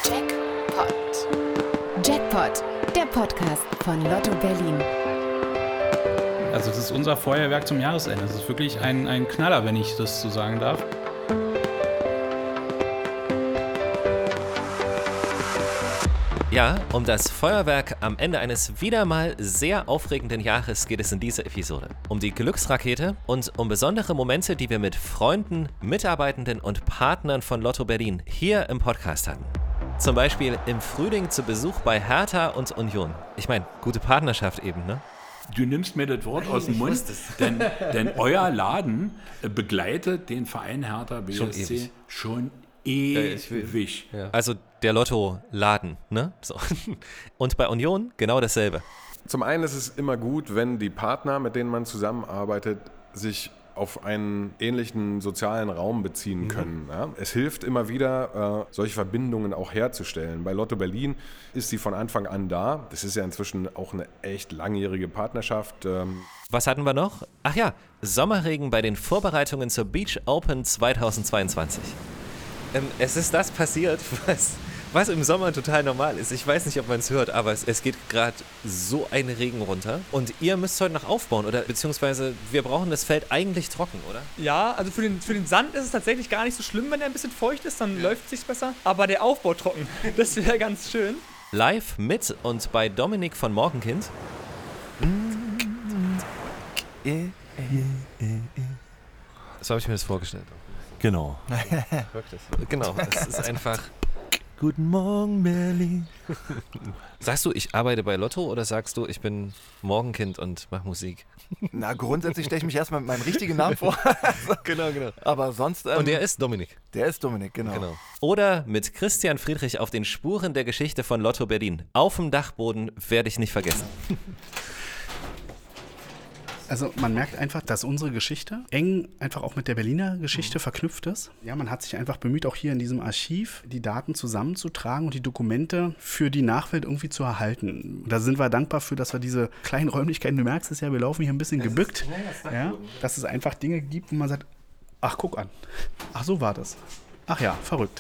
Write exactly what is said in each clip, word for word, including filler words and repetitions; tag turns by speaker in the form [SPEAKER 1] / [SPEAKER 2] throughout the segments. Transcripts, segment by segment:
[SPEAKER 1] Jackpot. Jackpot, der Podcast von Lotto Berlin.
[SPEAKER 2] Also das ist unser Feuerwerk zum Jahresende. Das ist wirklich ein, ein Knaller, wenn ich das so sagen darf.
[SPEAKER 3] Ja, um das Feuerwerk am Ende eines wieder mal sehr aufregenden Jahres geht es in dieser Episode. Um die Glücksrakete und um besondere Momente, die wir mit Freunden, Mitarbeitenden und Partnern von Lotto Berlin hier im Podcast hatten. Zum Beispiel im Frühling zu Besuch bei Hertha und Union. Ich meine, gute Partnerschaft eben, ne?
[SPEAKER 4] Du nimmst mir das Wort aus dem Mund, denn, denn euer Laden begleitet den Verein Hertha B S C schon ewig. ewig.
[SPEAKER 3] Ja. Also der Lotto-Laden, ne? So. Und bei Union genau dasselbe.
[SPEAKER 5] Zum einen ist es immer gut, wenn die Partner, mit denen man zusammenarbeitet, sich auf einen ähnlichen sozialen Raum beziehen können. Ja? Es hilft immer wieder, äh, solche Verbindungen auch herzustellen. Bei Lotto Berlin ist sie von Anfang an da. Das ist ja inzwischen auch eine echt langjährige Partnerschaft. Ähm
[SPEAKER 3] Was hatten wir noch? Ach ja, Sommerregen bei den Vorbereitungen zur Beach Open zweitausendzweiundzwanzig. Ähm, es ist das passiert, was... Was im Sommer total normal ist. Ich weiß nicht, ob man es hört, aber es, es geht gerade so ein Regen runter. Und ihr müsst heute noch aufbauen, oder? Beziehungsweise wir brauchen das Feld eigentlich trocken, oder?
[SPEAKER 6] Ja, also für den, für den Sand ist es tatsächlich gar nicht so schlimm, wenn er ein bisschen feucht ist, dann ja. läuft es sich besser. Aber der Aufbau trocken, das wäre ganz schön.
[SPEAKER 3] Live mit und bei Dominik von Morgenkind. So habe ich mir das vorgestellt.
[SPEAKER 7] Genau.
[SPEAKER 3] Wirklich. Genau, es ist einfach... Guten Morgen, Berlin. Sagst du, ich arbeite bei Lotto oder sagst du, ich bin Morgenkind und mache Musik?
[SPEAKER 7] Na, grundsätzlich stelle ich mich erstmal mit meinem richtigen Namen vor.
[SPEAKER 3] Genau, genau.
[SPEAKER 7] Aber sonst... Ähm,
[SPEAKER 3] und der ist Dominik.
[SPEAKER 7] Der ist Dominik, genau.
[SPEAKER 3] genau. Oder mit Christian Friedrich auf den Spuren der Geschichte von Lotto Berlin. Auf dem Dachboden werde ich nicht vergessen.
[SPEAKER 8] Also man merkt einfach, dass unsere Geschichte eng einfach auch mit der Berliner Geschichte mhm. verknüpft ist. Ja, man hat sich einfach bemüht, auch hier in diesem Archiv die Daten zusammenzutragen und die Dokumente für die Nachwelt irgendwie zu erhalten. Da sind wir dankbar für, dass wir diese kleinen Räumlichkeiten, du merkst es ja, wir laufen hier ein bisschen das gebückt, ist, ja, dass es einfach Dinge gibt, wo man sagt, ach guck an, ach so war das. Ach ja, verrückt.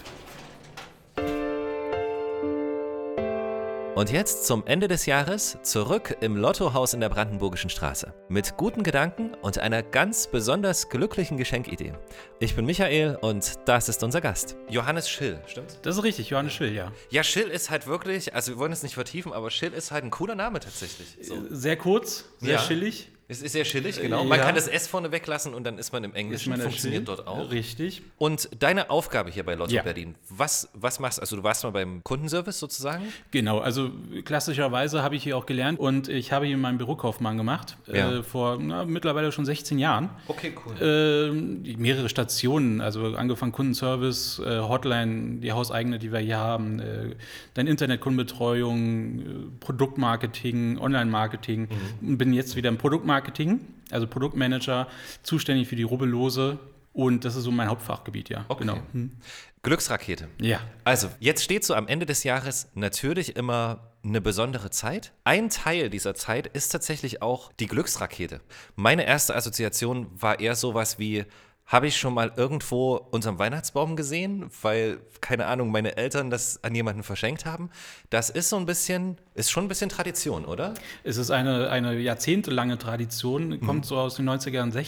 [SPEAKER 3] Und jetzt zum Ende des Jahres zurück im Lottohaus in der Brandenburgischen Straße. Mit guten Gedanken und einer ganz besonders glücklichen Geschenkidee. Ich bin Michael und das ist unser Gast. Johannes Schill, stimmt's?
[SPEAKER 2] Das ist richtig, Johannes Schill, ja.
[SPEAKER 3] Ja, Schill ist halt wirklich, also wir wollen es nicht vertiefen, aber Schill ist halt ein cooler Name tatsächlich. So.
[SPEAKER 2] Sehr kurz, sehr
[SPEAKER 3] ja.
[SPEAKER 2] chillig.
[SPEAKER 3] Es ist sehr chillig, genau. Man
[SPEAKER 2] ja.
[SPEAKER 3] kann das S vorne weglassen und dann ist man im Englischen. Man funktioniert dort auch.
[SPEAKER 2] Richtig.
[SPEAKER 3] Und deine Aufgabe hier bei Lotto
[SPEAKER 2] ja.
[SPEAKER 3] Berlin, was, was machst du? Also du warst mal beim Kundenservice sozusagen?
[SPEAKER 2] Genau, also klassischerweise habe ich hier auch gelernt und ich habe hier meinen Bürokaufmann gemacht, ja. äh, vor na, mittlerweile schon sechzehn Jahren.
[SPEAKER 3] Okay, cool.
[SPEAKER 2] Äh, mehrere Stationen, also angefangen Kundenservice, äh, Hotline, die hauseigene, die wir hier haben, äh, dann Internetkundenbetreuung, äh, Produktmarketing, Online-Marketing mhm. und bin jetzt wieder im Produktmarketing. Marketing, also Produktmanager, zuständig für die Rubbellose und das ist so mein Hauptfachgebiet, ja.
[SPEAKER 3] Okay.
[SPEAKER 2] Genau. Hm.
[SPEAKER 3] Glücksrakete.
[SPEAKER 2] Ja.
[SPEAKER 3] Also, jetzt steht so am Ende des Jahres natürlich immer eine besondere Zeit. Ein Teil dieser Zeit ist tatsächlich auch die Glücksrakete. Meine erste Assoziation war eher sowas wie, habe ich schon mal irgendwo unterm Weihnachtsbaum gesehen, weil, keine Ahnung, meine Eltern das an jemanden verschenkt haben. Das ist so ein bisschen, ist schon ein bisschen Tradition, oder?
[SPEAKER 2] Es ist eine, eine jahrzehntelange Tradition, kommt mhm. so aus den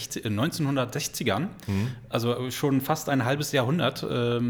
[SPEAKER 2] neunzehnhundertsechzigern, mhm. also schon fast ein halbes Jahrhundert.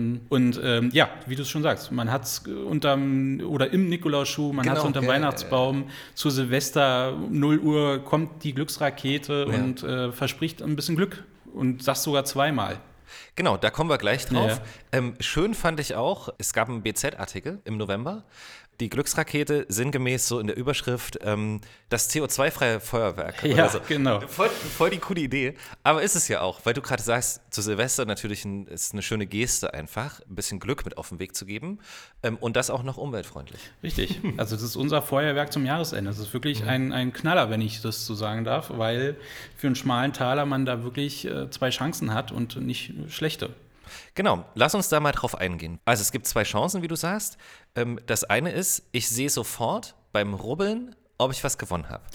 [SPEAKER 2] Und ähm, ja, wie du es schon sagst, man hat es unterm, oder im Nikolausschuh, man genau, hat es unterm okay. Weihnachtsbaum, zu Silvester, null Uhr kommt die Glücksrakete ja. und äh, verspricht ein bisschen Glück. Und das sogar zweimal.
[SPEAKER 3] Genau, da kommen wir gleich drauf.
[SPEAKER 2] Ja.
[SPEAKER 3] Ähm, schön fand ich auch, es gab einen B Z-Artikel im November. Die Glücksrakete, sinngemäß so in der Überschrift, ähm, das C O zwei freie Feuerwerk.
[SPEAKER 2] Ja,
[SPEAKER 3] oder so.
[SPEAKER 2] genau.
[SPEAKER 3] Voll, voll die coole Idee. Aber ist es ja auch, weil du gerade sagst, zu Silvester natürlich ein, ist eine schöne Geste einfach, ein bisschen Glück mit auf den Weg zu geben ähm, und das auch noch umweltfreundlich.
[SPEAKER 2] Richtig. Also das ist unser Feuerwerk zum Jahresende. Das ist wirklich mhm. ein, ein Knaller, wenn ich das so sagen darf, weil für einen schmalen Taler man da wirklich äh, zwei Chancen hat und nicht schlechte.
[SPEAKER 3] Genau, lass uns da mal drauf eingehen. Also es gibt zwei Chancen, wie du sagst. Ähm, das eine ist, ich sehe sofort beim Rubbeln, ob ich was gewonnen habe.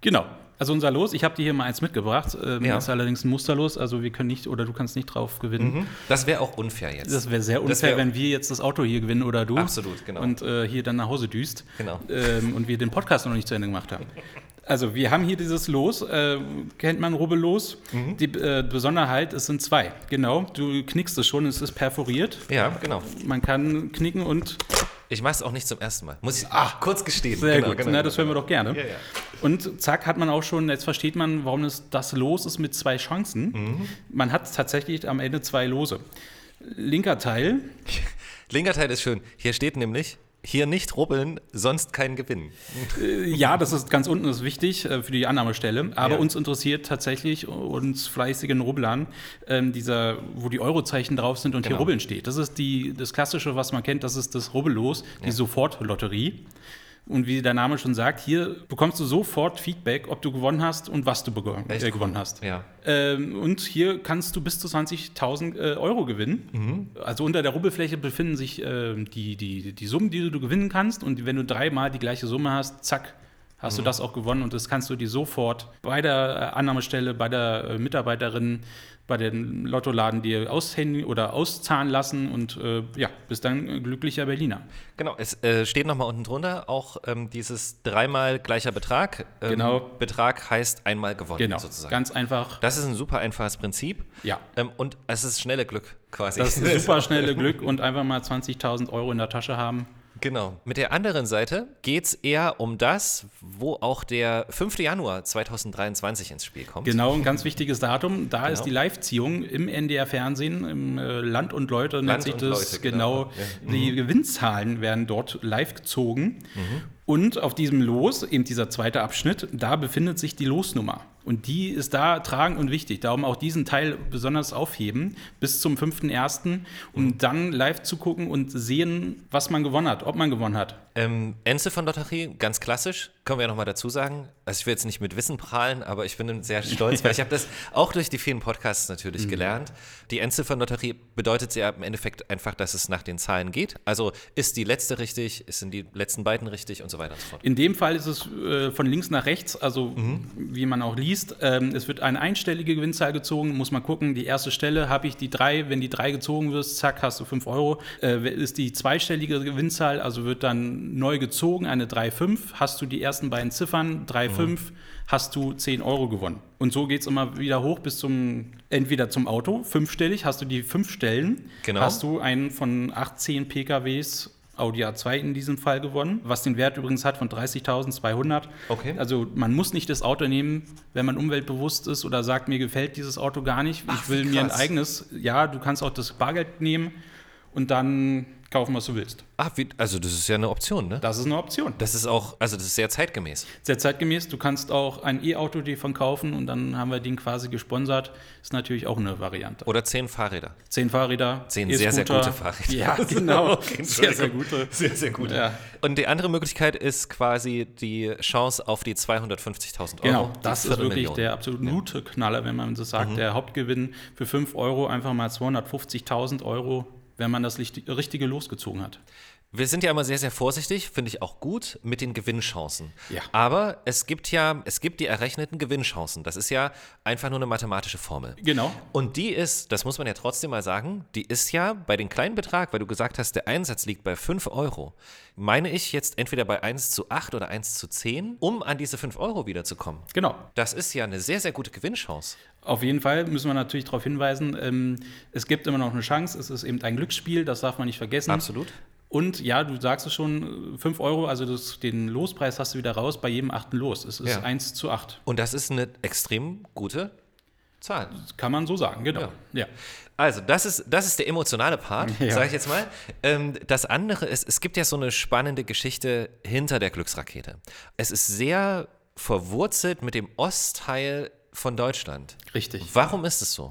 [SPEAKER 2] Genau. Also unser Los, ich habe dir hier mal eins mitgebracht. Ähm,
[SPEAKER 3] Ja.
[SPEAKER 2] Das ist allerdings ein Musterlos, also wir können nicht, oder du kannst nicht drauf gewinnen.
[SPEAKER 3] Mhm. Das wäre auch unfair jetzt.
[SPEAKER 2] Das wäre sehr
[SPEAKER 3] Das
[SPEAKER 2] unfair,
[SPEAKER 3] wär-
[SPEAKER 2] wenn wir jetzt das Auto hier gewinnen oder du.
[SPEAKER 3] Absolut, genau.
[SPEAKER 2] Und äh, hier dann nach Hause düst.
[SPEAKER 3] Genau.
[SPEAKER 2] Ähm, und wir den Podcast noch nicht zu Ende gemacht haben. Also wir haben hier dieses Los, äh, kennt man Rubbellos.
[SPEAKER 3] Mhm.
[SPEAKER 2] Die äh, Besonderheit, es sind zwei. Genau, du knickst es schon, es ist perforiert.
[SPEAKER 3] Ja, genau.
[SPEAKER 2] Man kann knicken und
[SPEAKER 3] Ich mache es auch nicht zum ersten Mal. Muss ich ach, kurz gestehen.
[SPEAKER 2] sehr
[SPEAKER 3] Genau,
[SPEAKER 2] gut,
[SPEAKER 3] genau,
[SPEAKER 2] na, das
[SPEAKER 3] genau.
[SPEAKER 2] hören wir doch gerne.
[SPEAKER 3] Ja, ja.
[SPEAKER 2] Und zack hat man auch schon, jetzt versteht man, warum es das Los ist mit zwei Chancen.
[SPEAKER 3] Mhm.
[SPEAKER 2] Man hat tatsächlich am Ende zwei Lose. Linker Teil,
[SPEAKER 3] Linker Teil ist schön. Hier steht nämlich, hier nicht rubbeln, sonst kein Gewinn.
[SPEAKER 2] äh, ja, das ist ganz unten, das ist wichtig äh, für die Annahmestelle. Aber
[SPEAKER 3] Ja.
[SPEAKER 2] uns interessiert tatsächlich, uns fleißigen Rubblern, ähm, dieser, wo die Eurozeichen drauf sind und
[SPEAKER 3] Genau.
[SPEAKER 2] hier Rubbeln steht. Das ist die, das Klassische, was man kennt, das ist das Rubbellos, die Sofortlotterie. Und wie der Name schon sagt, hier bekommst du sofort Feedback, ob du gewonnen hast und was du begonnen,
[SPEAKER 3] Echt
[SPEAKER 2] äh,
[SPEAKER 3] cool.
[SPEAKER 2] gewonnen hast.
[SPEAKER 3] Ja.
[SPEAKER 2] Ähm, und hier kannst du bis zu zwanzigtausend äh, Euro gewinnen.
[SPEAKER 3] Mhm.
[SPEAKER 2] Also unter der Rubbelfläche befinden sich äh, die, die, die Summen, die du gewinnen kannst. Und wenn du dreimal die gleiche Summe hast, zack, hast
[SPEAKER 3] Mhm.
[SPEAKER 2] du das auch gewonnen. Und das kannst du dir sofort bei der äh, Annahmestelle, bei der äh, Mitarbeiterin, bei den Lottoladen dir aushändigen oder auszahlen lassen. Und äh, ja, bist dann ein glücklicher Berliner.
[SPEAKER 3] Genau, es äh, steht nochmal unten drunter auch ähm, dieses dreimal gleicher Betrag. Ähm,
[SPEAKER 2] Genau.
[SPEAKER 3] Betrag heißt einmal gewonnen
[SPEAKER 2] Genau,
[SPEAKER 3] sozusagen.
[SPEAKER 2] ganz einfach.
[SPEAKER 3] Das ist ein super einfaches Prinzip.
[SPEAKER 2] Ja.
[SPEAKER 3] Ähm, und es ist schnelle Glück quasi.
[SPEAKER 2] Das ist super schnelle Glück und einfach mal zwanzigtausend Euro in der Tasche haben.
[SPEAKER 3] Genau. Mit der anderen Seite geht es eher um das, wo auch der fünfte Januar zweitausenddreiundzwanzig ins Spiel kommt.
[SPEAKER 2] Genau, ein ganz wichtiges Datum. Da
[SPEAKER 3] Genau.
[SPEAKER 2] ist die Live-Ziehung im N D R-Fernsehen, im äh, Land und Leute nennt
[SPEAKER 3] Land
[SPEAKER 2] sich
[SPEAKER 3] und
[SPEAKER 2] das.
[SPEAKER 3] Leute,
[SPEAKER 2] genau.
[SPEAKER 3] genau. Ja.
[SPEAKER 2] Die Gewinnzahlen werden dort live gezogen. Und auf diesem Los, eben dieser zweite Abschnitt, da befindet sich die Losnummer. Und die ist da tragend und wichtig. Darum auch diesen Teil besonders aufheben bis zum fünften ersten, um dann live zu gucken und sehen, was man gewonnen hat, ob man gewonnen hat.
[SPEAKER 3] Ähm, Endziffernlotterie, ganz klassisch, können wir ja nochmal dazu sagen. Also ich will jetzt nicht mit Wissen prahlen, aber ich bin sehr stolz, weil ich habe das auch durch die vielen Podcasts natürlich gelernt. Die Endziffernlotterie bedeutet ja im Endeffekt einfach, dass es nach den Zahlen geht. Also ist die letzte richtig, sind die letzten beiden richtig und so weiter und so fort.
[SPEAKER 2] In dem Fall ist es äh, von links nach rechts, also wie man auch liest. Ähm, es wird eine einstellige Gewinnzahl gezogen, muss man gucken. Die erste Stelle habe ich die drei, wenn die drei gezogen wird, zack, hast du fünf Euro. Äh, ist die zweistellige Gewinnzahl, also wird dann neu gezogen, eine drei fünf. Hast du die ersten beiden Ziffern, drei fünf, hast du zehn Euro gewonnen. Und so geht es immer wieder hoch bis zum, entweder zum Auto, fünfstellig, hast du die fünf Stellen,
[SPEAKER 3] Genau.
[SPEAKER 2] hast du einen von achtzehn P K Ws, Audi A zwei in diesem Fall gewonnen, was den Wert übrigens hat von dreißigtausendzweihundert.
[SPEAKER 3] Okay.
[SPEAKER 2] Also man muss nicht das Auto nehmen, wenn man umweltbewusst ist oder sagt, mir gefällt dieses Auto gar nicht,
[SPEAKER 3] Ach,
[SPEAKER 2] ich will
[SPEAKER 3] wie
[SPEAKER 2] mir ein
[SPEAKER 3] krass.
[SPEAKER 2] eigenes. Ja, du kannst auch das Bargeld nehmen und dann kaufen, was du willst.
[SPEAKER 3] Ach, wie, also das ist ja eine Option, ne?
[SPEAKER 2] Das ist eine Option.
[SPEAKER 3] Das ist auch, also das ist sehr zeitgemäß.
[SPEAKER 2] Sehr zeitgemäß. Du kannst auch ein E-Auto dir von kaufen und dann haben wir den quasi gesponsert. Ist natürlich auch eine Variante.
[SPEAKER 3] Oder zehn Fahrräder.
[SPEAKER 2] Zehn Fahrräder.
[SPEAKER 3] Zehn sehr, sehr
[SPEAKER 2] E-Scooter.
[SPEAKER 3] gute Fahrräder.
[SPEAKER 2] Ja, genau.
[SPEAKER 3] Okay,
[SPEAKER 2] sehr, sehr
[SPEAKER 3] Entschuldigung.
[SPEAKER 2] gute.
[SPEAKER 3] Sehr, sehr gut.
[SPEAKER 2] Ja.
[SPEAKER 3] Und die andere Möglichkeit ist quasi die Chance auf die zweihundertfünfzigtausend Euro.
[SPEAKER 2] Genau,
[SPEAKER 3] die
[SPEAKER 2] das ist
[SPEAKER 3] Viertelmillion.
[SPEAKER 2] wirklich der absolute Knaller, wenn man das sagt. Der Hauptgewinn für fünf Euro, einfach mal zweihundertfünfzigtausend Euro, wenn man das licht- richtige losgezogen hat.
[SPEAKER 3] Wir sind ja immer sehr, sehr vorsichtig, finde ich auch gut, mit den Gewinnchancen.
[SPEAKER 2] Ja.
[SPEAKER 3] Aber es gibt ja, es gibt die errechneten Gewinnchancen. Das ist ja einfach nur eine mathematische Formel.
[SPEAKER 2] Genau.
[SPEAKER 3] Und die ist, das muss man ja trotzdem mal sagen, die ist ja bei dem kleinen Betrag, weil du gesagt hast, der Einsatz liegt bei fünf Euro, meine ich jetzt entweder bei eins zu acht oder eins zu zehn, um an diese fünf Euro wiederzukommen.
[SPEAKER 2] Genau.
[SPEAKER 3] Das ist ja eine sehr, sehr gute Gewinnchance.
[SPEAKER 2] Auf jeden Fall müssen wir natürlich darauf hinweisen, ähm, es gibt immer noch eine Chance, es ist eben ein Glücksspiel, das darf man nicht vergessen.
[SPEAKER 3] Absolut.
[SPEAKER 2] Und ja, du sagst es schon, fünf Euro, also das, den Lospreis hast du wieder raus bei jedem achten Los. Es ist
[SPEAKER 3] Ja.
[SPEAKER 2] eins zu acht.
[SPEAKER 3] Und das ist eine extrem gute Zahl.
[SPEAKER 2] Kann man so sagen, genau.
[SPEAKER 3] Ja.
[SPEAKER 2] Ja.
[SPEAKER 3] Also, das ist, das ist der emotionale Part,
[SPEAKER 2] Ja.
[SPEAKER 3] sage ich jetzt mal. Ähm, das andere ist, es gibt ja so eine spannende Geschichte hinter der Glücksrakete. Es ist sehr verwurzelt mit dem Ostteil von Deutschland.
[SPEAKER 2] Richtig.
[SPEAKER 3] Warum ist es so?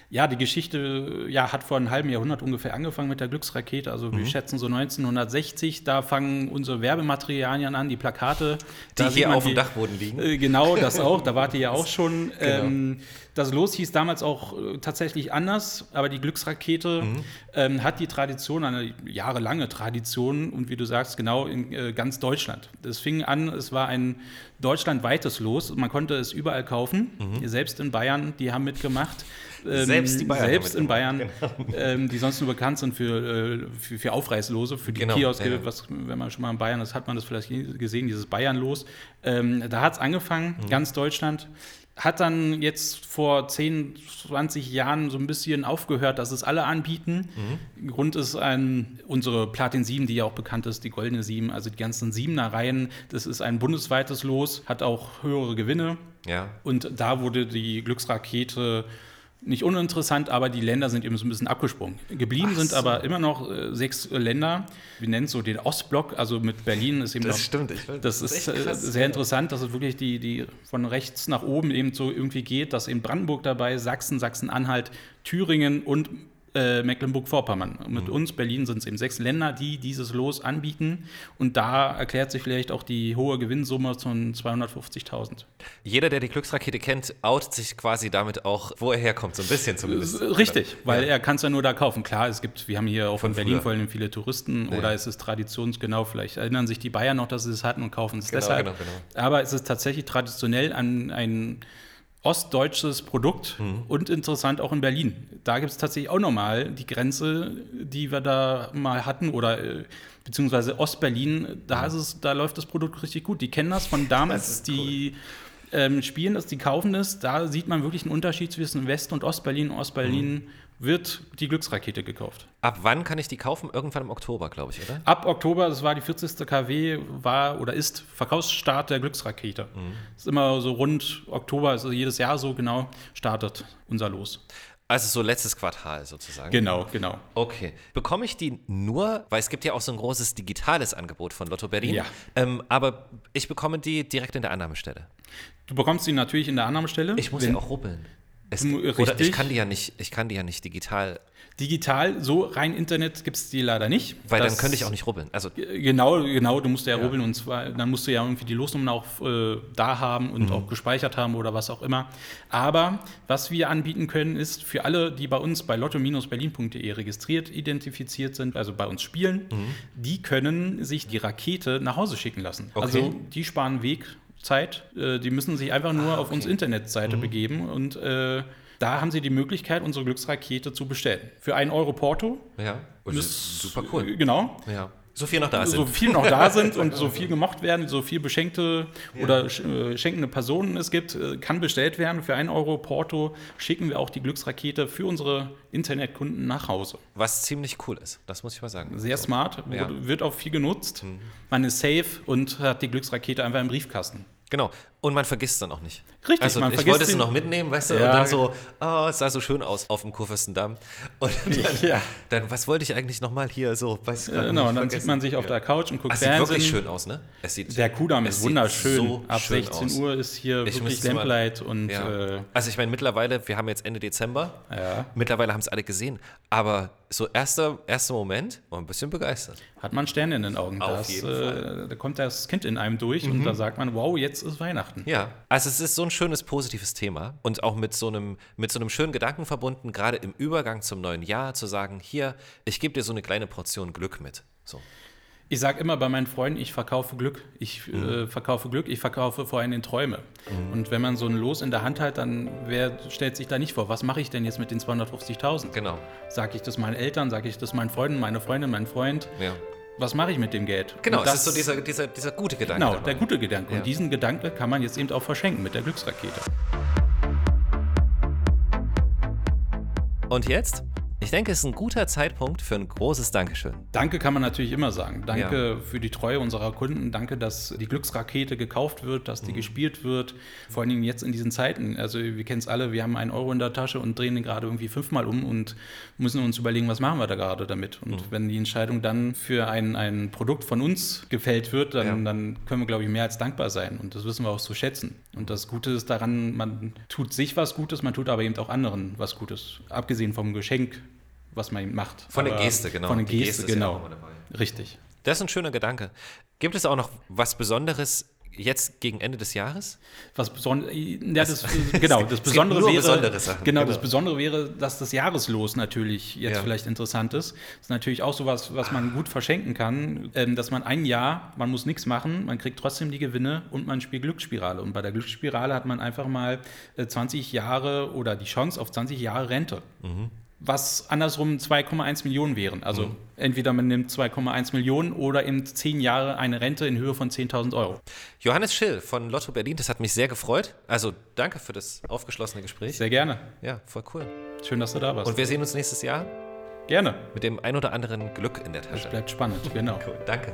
[SPEAKER 2] Ja, die Geschichte ja, hat vor einem halben Jahrhundert ungefähr angefangen mit der Glücksrakete. Also wir
[SPEAKER 3] Mhm.
[SPEAKER 2] schätzen so neunzehnhundertsechzig, da fangen unsere Werbematerialien an, die Plakate.
[SPEAKER 3] Die
[SPEAKER 2] Da sieht
[SPEAKER 3] hier
[SPEAKER 2] man
[SPEAKER 3] auf dem
[SPEAKER 2] die-
[SPEAKER 3] Dachboden liegen.
[SPEAKER 2] Äh, genau, das auch, da wart ihr ja auch schon.
[SPEAKER 3] Genau.
[SPEAKER 2] Ähm, das Los hieß damals auch äh, tatsächlich anders, aber die Glücksrakete
[SPEAKER 3] Mhm.
[SPEAKER 2] ähm, hat die Tradition, eine jahrelange Tradition und wie du sagst, genau in äh, ganz Deutschland. Es fing an, es war ein deutschlandweites Los, man konnte es überall kaufen, selbst in Bayern, die haben mitgemacht. Ähm,
[SPEAKER 3] Selbst die Bayern haben
[SPEAKER 2] Selbst in
[SPEAKER 3] mitgemacht,
[SPEAKER 2] Bayern, ähm, die sonst nur bekannt sind für, äh, für, für Aufreißlose, für die
[SPEAKER 3] Genau,
[SPEAKER 2] Kioske,
[SPEAKER 3] ja.
[SPEAKER 2] was, wenn man schon mal in Bayern ist, hat man das vielleicht gesehen, dieses Bayern-Los. Ähm, da hat es angefangen,
[SPEAKER 3] Mhm.
[SPEAKER 2] ganz Deutschland. Hat dann jetzt vor zehn, zwanzig Jahren so ein bisschen aufgehört, dass es alle anbieten.
[SPEAKER 3] Mhm.
[SPEAKER 2] Grund ist ein, unsere Platin sieben, die ja auch bekannt ist, die goldene sieben, also die ganzen Siebener-Reihen. Das ist ein bundesweites Los, hat auch höhere Gewinne.
[SPEAKER 3] Ja.
[SPEAKER 2] Und da wurde die Glücksrakete nicht uninteressant, aber die Länder sind eben so ein bisschen abgesprungen. Geblieben
[SPEAKER 3] Ach
[SPEAKER 2] sind
[SPEAKER 3] so.
[SPEAKER 2] aber immer noch äh, sechs äh, Länder. Wir nennen es so den Ostblock, also mit Berlin ist eben
[SPEAKER 3] Das
[SPEAKER 2] noch,
[SPEAKER 3] stimmt, ich weiß,
[SPEAKER 2] das
[SPEAKER 3] das
[SPEAKER 2] ist
[SPEAKER 3] ist echt
[SPEAKER 2] äh,
[SPEAKER 3] krass.
[SPEAKER 2] sehr interessant, dass es wirklich die, die von rechts nach oben eben so irgendwie geht, dass eben Brandenburg dabei, Sachsen, Sachsen-Anhalt, Thüringen und äh, Mecklenburg-Vorpommern. Und mit
[SPEAKER 3] Mhm.
[SPEAKER 2] uns, Berlin, sind es eben sechs Länder, die dieses Los anbieten. Und da erklärt sich vielleicht auch die hohe Gewinnsumme von zweihundertfünfzigtausend.
[SPEAKER 3] Jeder, der die Glücksrakete kennt, outet sich quasi damit auch, wo er herkommt, so ein bisschen zumindest.
[SPEAKER 2] Richtig, weil
[SPEAKER 3] Ja.
[SPEAKER 2] er kann es ja nur da kaufen. Klar, es gibt, wir haben hier auch
[SPEAKER 3] Von
[SPEAKER 2] in Berlin
[SPEAKER 3] früher.
[SPEAKER 2] vor allem viele Touristen
[SPEAKER 3] Ja.
[SPEAKER 2] oder es ist traditionsgenau, vielleicht erinnern sich die Bayern noch, dass sie es hatten und kaufen es
[SPEAKER 3] Genau,
[SPEAKER 2] deshalb.
[SPEAKER 3] genau, genau.
[SPEAKER 2] Aber es ist tatsächlich traditionell ein, ein ostdeutsches Produkt
[SPEAKER 3] Mhm.
[SPEAKER 2] und interessant auch in Berlin. Da gibt es tatsächlich auch nochmal die Grenze, die wir da mal hatten oder äh, beziehungsweise Ostberlin, da ist es, da läuft das Produkt richtig gut. Die kennen das von damals,
[SPEAKER 3] Das ist
[SPEAKER 2] die ähm, spielen das, die kaufen das. Da sieht man wirklich einen Unterschied zwischen West- und Ostberlin. In Ostberlin
[SPEAKER 3] Mhm.
[SPEAKER 2] wird die Glücksrakete gekauft.
[SPEAKER 3] Ab wann kann ich die kaufen? Irgendwann im Oktober, glaube ich, oder?
[SPEAKER 2] Ab Oktober, das war die vierzigste K W, war oder ist Verkaufsstart der Glücksrakete.
[SPEAKER 3] Mhm.
[SPEAKER 2] Ist immer so rund Oktober, also jedes Jahr so genau, startet unser Los.
[SPEAKER 3] Also so letztes Quartal sozusagen.
[SPEAKER 2] Genau, genau.
[SPEAKER 3] Okay. Bekomme ich die nur, weil es gibt ja auch so ein großes digitales Angebot von Lotto Berlin,
[SPEAKER 2] Ja.
[SPEAKER 3] ähm, aber ich bekomme die direkt in der Annahmestelle.
[SPEAKER 2] Du bekommst sie natürlich in der Annahmestelle.
[SPEAKER 3] Ich muss
[SPEAKER 2] Wenn-
[SPEAKER 3] ja auch rubbeln. Es,
[SPEAKER 2] M-
[SPEAKER 3] oder ich
[SPEAKER 2] richtig.
[SPEAKER 3] kann die ja nicht, ich kann die ja nicht digital,
[SPEAKER 2] Digital, so rein Internet gibt es die leider nicht.
[SPEAKER 3] weil
[SPEAKER 2] Das-
[SPEAKER 3] dann könnte ich auch nicht rubbeln. Also
[SPEAKER 2] Genau, genau, du musst ja, rubbeln und zwar, dann musst du ja irgendwie die Losnummern auch äh, da haben und
[SPEAKER 3] Mhm.
[SPEAKER 2] auch gespeichert haben oder was auch immer. Aber was wir anbieten können, ist für alle, die bei uns bei lotto berlin punkt de registriert, identifiziert sind, also bei uns spielen,
[SPEAKER 3] Mhm.
[SPEAKER 2] die können sich die Rakete nach Hause schicken lassen.
[SPEAKER 3] Okay.
[SPEAKER 2] Also die sparen Weg, Zeit, äh, die müssen sich einfach nur
[SPEAKER 3] Ah,
[SPEAKER 2] auf
[SPEAKER 3] okay.
[SPEAKER 2] unsere Internetseite begeben und äh, da haben sie die Möglichkeit, unsere Glücksrakete zu bestellen. Für einen Euro Porto.
[SPEAKER 3] ja, das ist super cool.
[SPEAKER 2] äh, Genau.
[SPEAKER 3] Ja. So viel noch da sind.
[SPEAKER 2] So viel noch da sind und so viel gemocht werden, so viel beschenkte oder sch- äh, schenkende Personen es gibt, äh, kann bestellt werden. Für einen Euro Porto schicken wir auch die Glücksrakete für unsere Internetkunden nach Hause.
[SPEAKER 3] Was ziemlich cool ist, das muss ich mal sagen.
[SPEAKER 2] Sehr smart,
[SPEAKER 3] Ja.
[SPEAKER 2] wurde- wird auch viel genutzt. Man ist safe und hat die Glücksrakete einfach im Briefkasten.
[SPEAKER 3] Genau. Und man vergisst dann auch nicht.
[SPEAKER 2] Richtig,
[SPEAKER 3] Also
[SPEAKER 2] man
[SPEAKER 3] ich
[SPEAKER 2] vergisst
[SPEAKER 3] wollte es
[SPEAKER 2] den-
[SPEAKER 3] noch mitnehmen, weißt du,
[SPEAKER 2] Ja.
[SPEAKER 3] und dann so, oh, es sah so schön aus auf dem Kurfürstendamm. Und dann,
[SPEAKER 2] Ja.
[SPEAKER 3] dann was wollte ich eigentlich nochmal hier so, weiß grad
[SPEAKER 2] Genau,
[SPEAKER 3] nicht,
[SPEAKER 2] und dann
[SPEAKER 3] vergessen.
[SPEAKER 2] sieht man sich auf
[SPEAKER 3] Ja.
[SPEAKER 2] der Couch und guckt
[SPEAKER 3] Es sieht
[SPEAKER 2] Fernsehen.
[SPEAKER 3] wirklich schön aus, ne? Es sieht,
[SPEAKER 2] Der Kudamm
[SPEAKER 3] es
[SPEAKER 2] ist
[SPEAKER 3] sieht
[SPEAKER 2] wunderschön.
[SPEAKER 3] so
[SPEAKER 2] Ab
[SPEAKER 3] schön
[SPEAKER 2] sechzehn
[SPEAKER 3] aus.
[SPEAKER 2] Uhr ist hier
[SPEAKER 3] Ich
[SPEAKER 2] wirklich
[SPEAKER 3] müsste mal-
[SPEAKER 2] Lamplight und
[SPEAKER 3] Ja.
[SPEAKER 2] äh,
[SPEAKER 3] Also ich meine, mittlerweile, wir haben jetzt Ende Dezember,
[SPEAKER 2] Ja.
[SPEAKER 3] mittlerweile haben es alle gesehen, aber so erster, erster Moment war ein bisschen begeistert.
[SPEAKER 2] hat man Sterne in den Augen.
[SPEAKER 3] Auf
[SPEAKER 2] Das,
[SPEAKER 3] jeden
[SPEAKER 2] äh,
[SPEAKER 3] Fall. Mhm.
[SPEAKER 2] Da kommt das Kind in einem durch und da sagt man, wow, jetzt ist Weihnachten.
[SPEAKER 3] Ja, also es ist so ein schönes, positives Thema und auch mit so einem, mit so einem schönen Gedanken verbunden, gerade im Übergang zum neuen Jahr, zu sagen, hier, ich gebe dir so eine kleine Portion Glück mit. So.
[SPEAKER 2] Ich sage immer bei meinen Freunden, ich verkaufe Glück. Ich
[SPEAKER 3] Mhm.
[SPEAKER 2] äh, verkaufe Glück, ich verkaufe vor allem den Träume. Und wenn man so ein Los in der Hand hat, dann wer stellt sich da nicht vor, was mache ich denn jetzt mit den zweihundertfünfzigtausend?
[SPEAKER 3] Genau.
[SPEAKER 2] Sage ich das meinen Eltern, sage ich das meinen Freunden, meine Freundin, mein Freund?
[SPEAKER 3] Ja.
[SPEAKER 2] Was mache ich mit dem Geld?
[SPEAKER 3] Genau,
[SPEAKER 2] Und
[SPEAKER 3] es
[SPEAKER 2] das-
[SPEAKER 3] ist so dieser, dieser, dieser gute Gedanke.
[SPEAKER 2] Genau,
[SPEAKER 3] dabei.
[SPEAKER 2] der gute Gedanke.
[SPEAKER 3] Ja.
[SPEAKER 2] Und diesen Gedanke kann man jetzt eben auch verschenken mit der Glücksrakete.
[SPEAKER 3] Und jetzt? Ich denke, es ist ein guter Zeitpunkt für ein großes Dankeschön.
[SPEAKER 2] Danke kann man natürlich immer sagen. Danke
[SPEAKER 3] Ja.
[SPEAKER 2] für die Treue unserer Kunden. Danke, dass die Glücksrakete gekauft wird, dass die mhm. gespielt wird. Vor allen Dingen jetzt in diesen Zeiten. Also wir kennen es alle, wir haben einen Euro in der Tasche und drehen den gerade irgendwie fünfmal um und müssen uns überlegen, was machen wir da gerade damit. Und mhm. wenn die Entscheidung dann für ein, ein Produkt von uns gefällt wird, dann, ja. dann können wir, glaube ich, mehr als dankbar sein. Und das wissen wir auch zu schätzen. Und das Gute ist daran, man tut sich was Gutes, man tut aber eben auch anderen was Gutes. Abgesehen vom Geschenk, was man ihm macht.
[SPEAKER 3] Von der Geste, genau.
[SPEAKER 2] Von der
[SPEAKER 3] Die
[SPEAKER 2] Geste,
[SPEAKER 3] Geste
[SPEAKER 2] genau.
[SPEAKER 3] ist ja auch immer dabei.
[SPEAKER 2] Richtig.
[SPEAKER 3] Das ist ein schöner Gedanke. Gibt es auch noch was Besonderes jetzt gegen Ende des Jahres?
[SPEAKER 2] Was Besonderes? Ja, das, genau, das Besondere
[SPEAKER 3] nur
[SPEAKER 2] wäre,
[SPEAKER 3] besondere Sachen.
[SPEAKER 2] Genau,
[SPEAKER 3] Genau.
[SPEAKER 2] das Besondere wäre, dass das Jahreslos natürlich jetzt
[SPEAKER 3] Ja.
[SPEAKER 2] vielleicht interessant ist. Das ist natürlich auch sowas, was man gut verschenken kann, ähm, dass man ein Jahr, man muss nichts machen, man kriegt trotzdem die Gewinne und man spielt Glücksspirale. Und bei der Glücksspirale hat man einfach mal äh, zwanzig Jahre oder die Chance auf zwanzig Jahre Rente. Mhm. Was andersrum zwei Komma eins Millionen wären. Also mhm. entweder man nimmt zwei Komma eins Millionen oder in zehn Jahre eine Rente in Höhe von zehntausend Euro.
[SPEAKER 3] Johannes Schill von Lotto Berlin, das hat mich sehr gefreut. Also danke für das aufgeschlossene Gespräch.
[SPEAKER 2] Sehr gerne.
[SPEAKER 3] Ja, voll cool.
[SPEAKER 2] Schön, dass du da warst.
[SPEAKER 3] Und wir sehen uns nächstes Jahr?
[SPEAKER 2] Gerne.
[SPEAKER 3] Mit dem ein oder anderen Glück in der Tasche.
[SPEAKER 2] Das bleibt spannend, genau.
[SPEAKER 3] Cool, danke.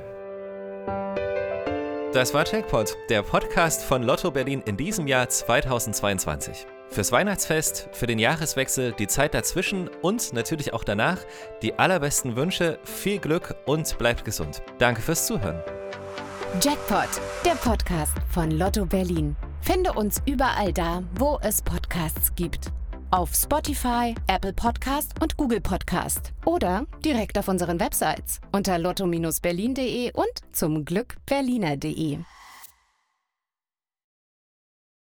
[SPEAKER 3] Das war Jackpot, der Podcast von Lotto Berlin in diesem Jahr zweitausendzweiundzwanzig. Fürs Weihnachtsfest, für den Jahreswechsel, die Zeit dazwischen und natürlich auch danach die allerbesten Wünsche, viel Glück und bleibt gesund. Danke fürs Zuhören.
[SPEAKER 1] Jackpot, der Podcast von Lotto Berlin. Finde uns überall da, wo es Podcasts gibt. Auf Spotify, Apple Podcast und Google Podcast. Oder direkt auf unseren Websites unter lotto Bindestrich berlin punkt de und zum Glück berliner punkt de.